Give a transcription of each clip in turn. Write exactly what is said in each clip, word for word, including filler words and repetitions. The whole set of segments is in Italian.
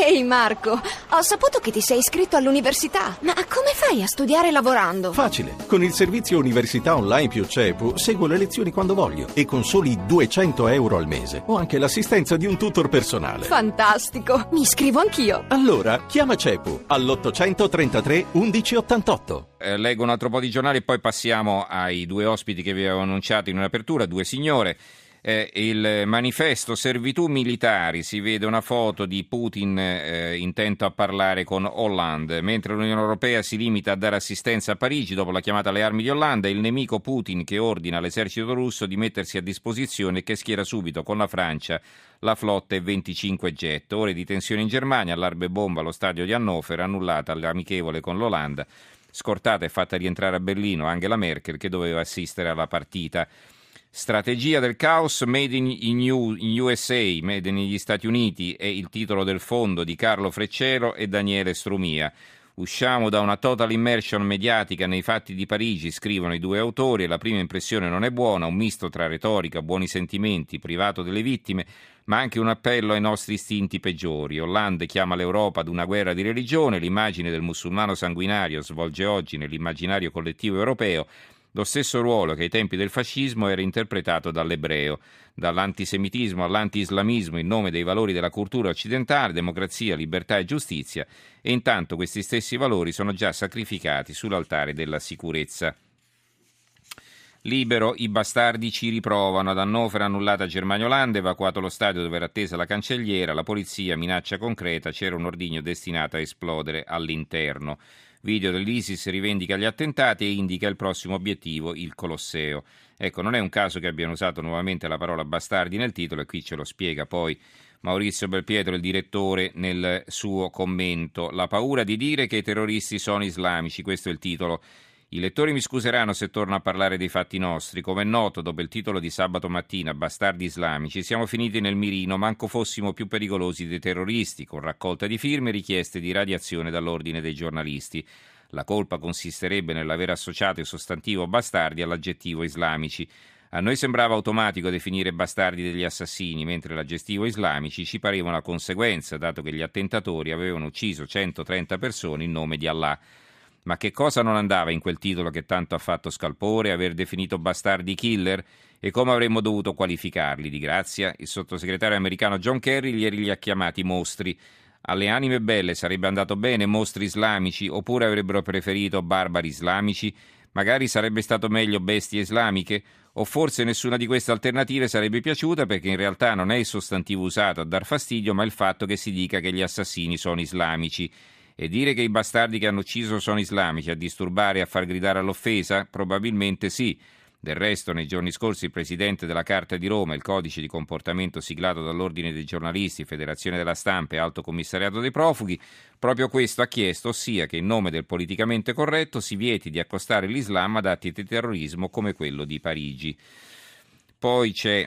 Ehi Marco, ho saputo che ti sei iscritto all'università. Ma come fai a studiare lavorando? Facile, con il servizio Università Online più CEPU seguo le lezioni quando voglio e con soli duecento euro al mese ho anche l'assistenza di un tutor personale. Fantastico, mi iscrivo anch'io. Allora chiama CEPU all'ottocentotrentatré undici ottantotto. Eh, leggo un altro po' di giornali e poi passiamo ai due ospiti che vi avevo annunciato in un'apertura, due signore. Eh, il manifesto servitù militari, si vede una foto di Putin eh, intento a parlare con Hollande, mentre l'Unione Europea si limita a dare assistenza a Parigi dopo la chiamata alle armi di Hollande, il nemico Putin che ordina all'esercito russo di mettersi a disposizione e che schiera subito con la Francia la flotta e venticinque jet. Ore di tensione in Germania, allarme bomba allo stadio di Hannover, annullata l'amichevole con l'Olanda, scortata e fatta rientrare a Berlino Angela Merkel che doveva assistere alla partita. Strategia del caos, made in, in, U, in U S A, made negli Stati Uniti, è il titolo del fondo di Carlo Freccero e Daniele Strumia. Usciamo da una total immersion mediatica nei fatti di Parigi, scrivono i due autori, e la prima impressione non è buona, un misto tra retorica, buoni sentimenti, privato delle vittime, ma anche un appello ai nostri istinti peggiori. Hollande chiama l'Europa ad una guerra di religione, l'immagine del musulmano sanguinario svolge oggi nell'immaginario collettivo europeo lo stesso ruolo che ai tempi del fascismo era interpretato dall'ebreo, dall'antisemitismo all'anti-islamismo in nome dei valori della cultura occidentale, democrazia, libertà e giustizia, e intanto questi stessi valori sono già sacrificati sull'altare della sicurezza. Libero, i bastardi ci riprovano, ad Hannover annullata Germania-Olanda, evacuato lo stadio dove era attesa la cancelliera, la polizia, minaccia concreta, c'era un ordigno destinato a esplodere all'interno. Video dell'ISIS rivendica gli attentati e indica il prossimo obiettivo, il Colosseo. Ecco, non è un caso che abbiano usato nuovamente la parola bastardi nel titolo e qui ce lo spiega poi Maurizio Belpietro, il direttore, nel suo commento. La paura di dire che i terroristi sono islamici, questo è il titolo. I lettori mi scuseranno se torno a parlare dei fatti nostri. Come è noto, dopo il titolo di sabato mattina, Bastardi islamici, siamo finiti nel mirino, manco fossimo più pericolosi dei terroristi, con raccolta di firme e richieste di radiazione dall'ordine dei giornalisti. La colpa consisterebbe nell'aver associato il sostantivo bastardi all'aggettivo islamici. A noi sembrava automatico definire bastardi degli assassini, mentre l'aggettivo islamici ci pareva una conseguenza, dato che gli attentatori avevano ucciso centotrenta persone in nome di Allah. Ma che cosa non andava in quel titolo che tanto ha fatto scalpore, aver definito bastardi killer? E come avremmo dovuto qualificarli? Di grazia, il sottosegretario americano John Kerry ieri li ha chiamati mostri. Alle anime belle sarebbe andato bene mostri islamici, oppure avrebbero preferito barbari islamici? Magari sarebbe stato meglio bestie islamiche? O forse nessuna di queste alternative sarebbe piaciuta, perché in realtà non è il sostantivo usato a dar fastidio, ma il fatto che si dica che gli assassini sono islamici. E dire che i bastardi che hanno ucciso sono islamici a disturbare e a far gridare all'offesa? Probabilmente sì. Del resto, nei giorni scorsi il presidente della Carta di Roma, il codice di comportamento siglato dall'Ordine dei giornalisti, Federazione della Stampa e Alto Commissariato dei Profughi, proprio questo ha chiesto, ossia che in nome del politicamente corretto si vieti di accostare l'Islam ad atti di terrorismo come quello di Parigi. Poi c'è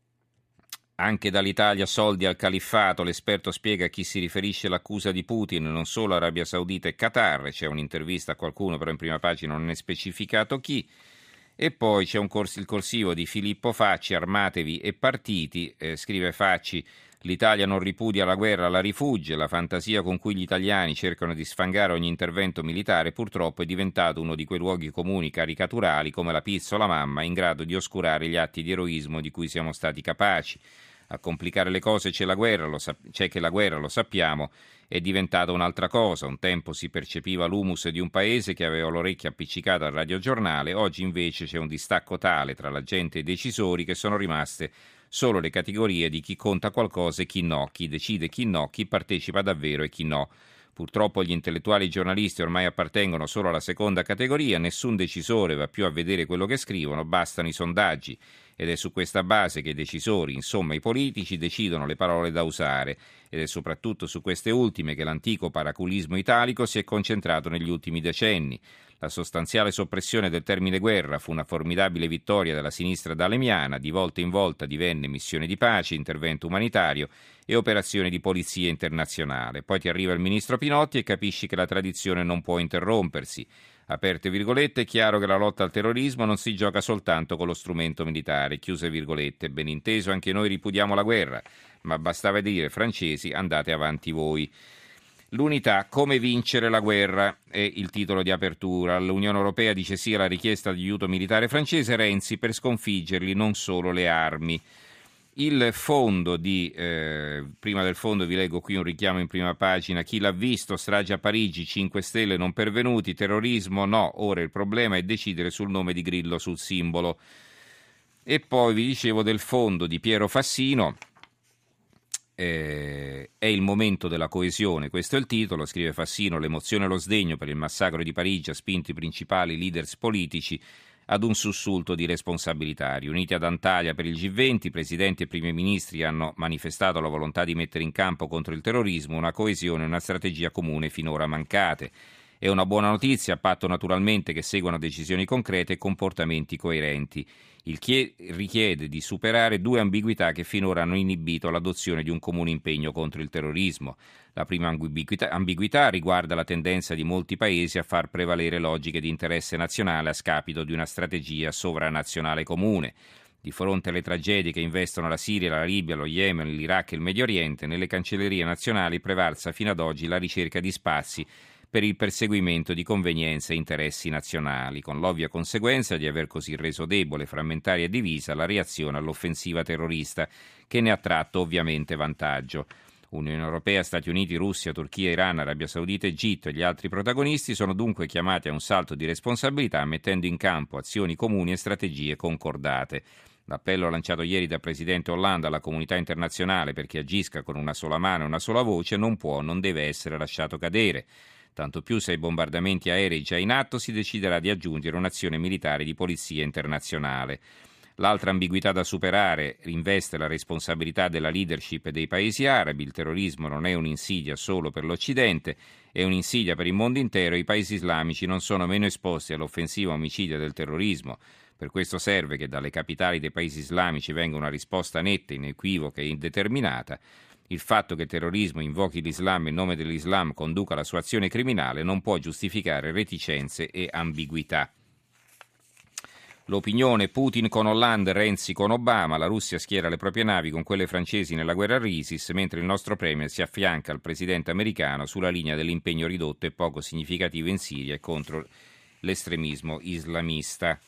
anche dall'Italia soldi al califfato, l'esperto spiega a chi si riferisce l'accusa di Putin, non solo Arabia Saudita e Qatar, c'è un'intervista a qualcuno però in prima pagina non è specificato chi, e poi c'è un corso, il corsivo di Filippo Facci, armatevi e partiti, eh, scrive Facci, l'Italia non ripudia la guerra, la rifugge, la fantasia con cui gli italiani cercano di sfangare ogni intervento militare purtroppo è diventato uno di quei luoghi comuni caricaturali come la pizza o la mamma in grado di oscurare gli atti di eroismo di cui siamo stati capaci. A complicare le cose c'è la guerra, lo sap- c'è che la guerra, lo sappiamo, è diventata un'altra cosa. Un tempo si percepiva l'humus di un paese che aveva l'orecchia appiccicata al radiogiornale, oggi invece c'è un distacco tale tra la gente e i decisori che sono rimaste solo le categorie di chi conta qualcosa e chi no, chi decide chi no, chi partecipa davvero e chi no. Purtroppo gli intellettuali e i giornalisti ormai appartengono solo alla seconda categoria, nessun decisore va più a vedere quello che scrivono, bastano i sondaggi. Ed è su questa base che i decisori, insomma i politici, decidono le parole da usare. Ed è soprattutto su queste ultime che l'antico paraculismo italico si è concentrato negli ultimi decenni. La sostanziale soppressione del termine guerra fu una formidabile vittoria della sinistra dalemiana, di volta in volta divenne missione di pace, intervento umanitario e operazione di polizia internazionale. Poi ti arriva il ministro Pinotti e capisci che la tradizione non può interrompersi. Aperte virgolette, è chiaro che la lotta al terrorismo non si gioca soltanto con lo strumento militare, chiuse virgolette. Ben inteso, anche noi ripudiamo la guerra, ma bastava dire, francesi, andate avanti voi. L'unità, come vincere la guerra, è il titolo di apertura. L'Unione Europea dice sì alla richiesta di aiuto militare francese, Renzi per sconfiggerli non solo le armi. Il fondo di, eh, prima del fondo vi leggo qui un richiamo in prima pagina, chi l'ha visto, strage a Parigi, cinque Stelle non pervenuti, terrorismo no, ora il problema è decidere sul nome di Grillo sul simbolo. E poi vi dicevo del fondo di Piero Fassino, eh, è il momento della coesione, questo è il titolo, scrive Fassino, l'emozione e lo sdegno per il massacro di Parigi ha spinto i principali leaders politici ad un sussulto di responsabilità. Riuniti ad Antalya per il G venti, presidenti e primi ministri hanno manifestato la volontà di mettere in campo contro il terrorismo una coesione e una strategia comune finora mancate. È una buona notizia, a patto naturalmente che seguano decisioni concrete e comportamenti coerenti. Il che richiede di superare due ambiguità che finora hanno inibito l'adozione di un comune impegno contro il terrorismo. La prima ambiguità, ambiguità riguarda la tendenza di molti paesi a far prevalere logiche di interesse nazionale a scapito di una strategia sovranazionale comune. Di fronte alle tragedie che investono la Siria, la Libia, lo Yemen, l'Iraq e il Medio Oriente, nelle cancellerie nazionali è prevalsa fino ad oggi la ricerca di spazi per il perseguimento di convenienze e interessi nazionali, con l'ovvia conseguenza di aver così reso debole, frammentaria e divisa la reazione all'offensiva terrorista, che ne ha tratto ovviamente vantaggio. Unione Europea, Stati Uniti, Russia, Turchia, Iran, Arabia Saudita, Egitto e gli altri protagonisti sono dunque chiamati a un salto di responsabilità mettendo in campo azioni comuni e strategie concordate. L'appello lanciato ieri dal presidente Hollande alla comunità internazionale perché agisca con una sola mano e una sola voce non può, non deve essere lasciato cadere. Tanto più se ai bombardamenti aerei già in atto si deciderà di aggiungere un'azione militare di polizia internazionale. L'altra ambiguità da superare investe la responsabilità della leadership dei paesi arabi. Il terrorismo non è un'insidia solo per l'Occidente, è un'insidia per il mondo intero e i paesi islamici non sono meno esposti all'offensiva omicidia del terrorismo. Per questo serve che dalle capitali dei paesi islamici venga una risposta netta, inequivoca e indeterminata. Il fatto che il terrorismo invochi l'Islam e in nome dell'Islam conduca la sua azione criminale non può giustificare reticenze e ambiguità. L'opinione Putin con Hollande, Renzi con Obama, la Russia schiera le proprie navi con quelle francesi nella guerra all'ISIS, mentre il nostro premier si affianca al presidente americano sulla linea dell'impegno ridotto e poco significativo in Siria e contro l'estremismo islamista.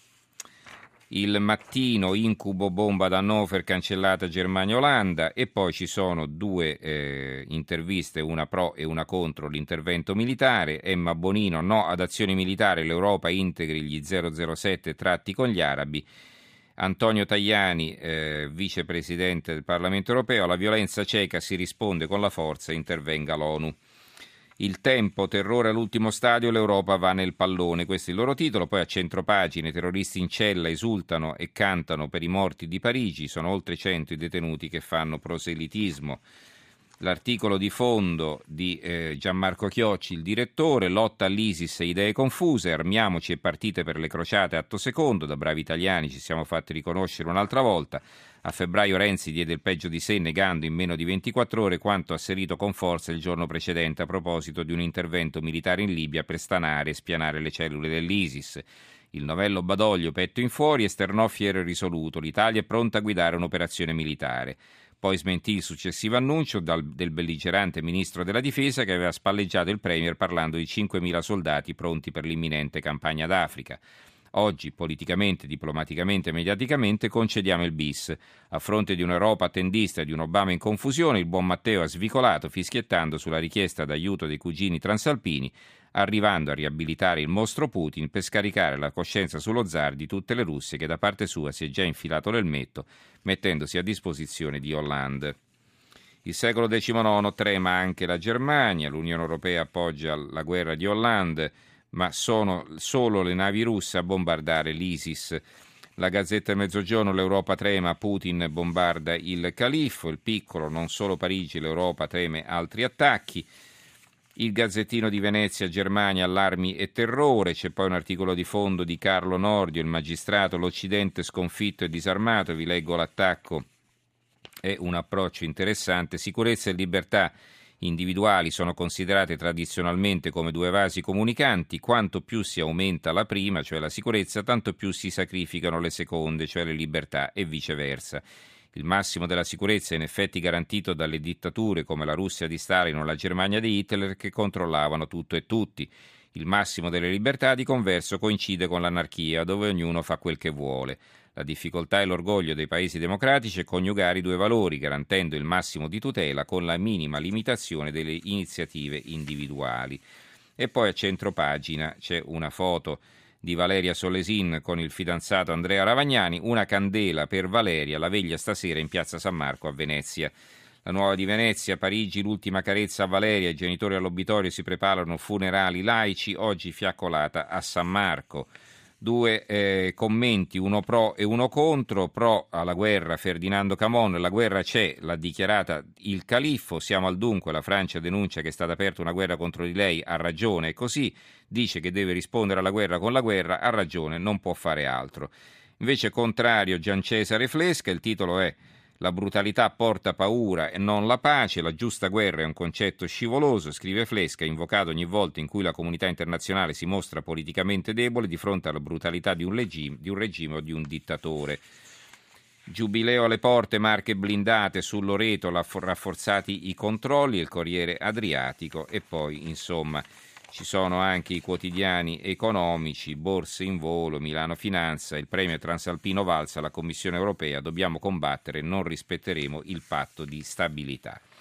Il Mattino, incubo bomba ad Hannover, cancellata Germania-Olanda, e poi ci sono due eh, interviste, una pro e una contro l'intervento militare. Emma Bonino, no ad azioni militari, l'Europa integri gli zero zero sette tratti con gli arabi. Antonio Tajani, eh, vicepresidente del Parlamento europeo, alla violenza ceca si risponde con la forza, intervenga l'ONU. Il Tempo, terrore all'ultimo stadio, l'Europa va nel pallone, questo è il loro titolo. Poi a centropagina i terroristi in cella esultano e cantano per i morti di Parigi, sono oltre cento i detenuti che fanno proselitismo. L'articolo di fondo di eh, Gianmarco Chiocci, il direttore, lotta all'ISIS e idee confuse, armiamoci e partite per le crociate, atto secondo, da bravi italiani ci siamo fatti riconoscere un'altra volta. A febbraio Renzi diede il peggio di sé negando in meno di ventiquattro ore quanto asserito con forza il giorno precedente a proposito di un intervento militare in Libia per stanare e spianare le cellule dell'ISIS. Il novello Badoglio, petto in fuori, esternò fiero e risoluto. L'Italia è pronta a guidare un'operazione militare. Poi smentì il successivo annuncio dal, del belligerante ministro della difesa che aveva spalleggiato il premier parlando di cinquemila soldati pronti per l'imminente campagna d'Africa. Oggi, politicamente, diplomaticamente e mediaticamente, concediamo il bis. A fronte di un'Europa attendista e di un Obama in confusione, il buon Matteo ha svicolato fischiettando sulla richiesta d'aiuto dei cugini transalpini, arrivando a riabilitare il mostro Putin per scaricare la coscienza sullo zar di tutte le Russie che da parte sua si è già infilato nel metto, mettendosi a disposizione di Hollande. Il secolo diciannove trema anche la Germania, l'Unione Europea appoggia la guerra di Hollande, ma sono solo le navi russe a bombardare l'ISIS. La Gazzetta del Mezzogiorno, l'Europa trema, Putin bombarda il califfo, il Piccolo, non solo Parigi, l'Europa teme altri attacchi. Il Gazzettino di Venezia, Germania, allarmi e terrore. C'è poi un articolo di fondo di Carlo Nordio, il magistrato, l'Occidente sconfitto e disarmato, vi leggo l'attacco, è un approccio interessante. Sicurezza e libertà. individuali sono considerate tradizionalmente come due vasi comunicanti. Quanto più si aumenta la prima, cioè la sicurezza, tanto più si sacrificano le seconde, cioè le libertà, e viceversa. Il massimo della sicurezza è in effetti garantito dalle dittature come la Russia di Stalin o la Germania di Hitler, che controllavano tutto e tutti. Il massimo delle libertà, di converso, coincide con l'anarchia, dove ognuno fa quel che vuole. La difficoltà e l'orgoglio dei paesi democratici è coniugare i due valori, garantendo il massimo di tutela con la minima limitazione delle iniziative individuali. E poi a centropagina c'è una foto di Valeria Solesin con il fidanzato Andrea Ravagnani, una candela per Valeria, la veglia stasera in piazza San Marco a Venezia. La Nuova di Venezia, Parigi, l'ultima carezza a Valeria, i genitori all'obitorio si preparano funerali laici, oggi fiaccolata a San Marco. Due eh, commenti, uno pro e uno contro. Pro alla guerra Ferdinando Camon, la guerra c'è, l'ha dichiarata il califfo, siamo al dunque, la Francia denuncia che è stata aperta una guerra contro di lei, ha ragione, è così, dice che deve rispondere alla guerra con la guerra, ha ragione, non può fare altro. Invece contrario Gian Cesare Flesca, il titolo è La brutalità porta paura e non la pace, la giusta guerra è un concetto scivoloso, scrive Flesca, invocato ogni volta in cui la comunità internazionale si mostra politicamente debole di fronte alla brutalità di un regime, di un regime o di un dittatore. Giubileo alle porte, Marche blindate, sul Loreto rafforzati i controlli, il Corriere Adriatico e poi insomma ci sono anche i quotidiani economici, borse in volo, Milano Finanza, il premio Transalpino valsa, la Commissione europea, dobbiamo combattere, non rispetteremo il patto di stabilità.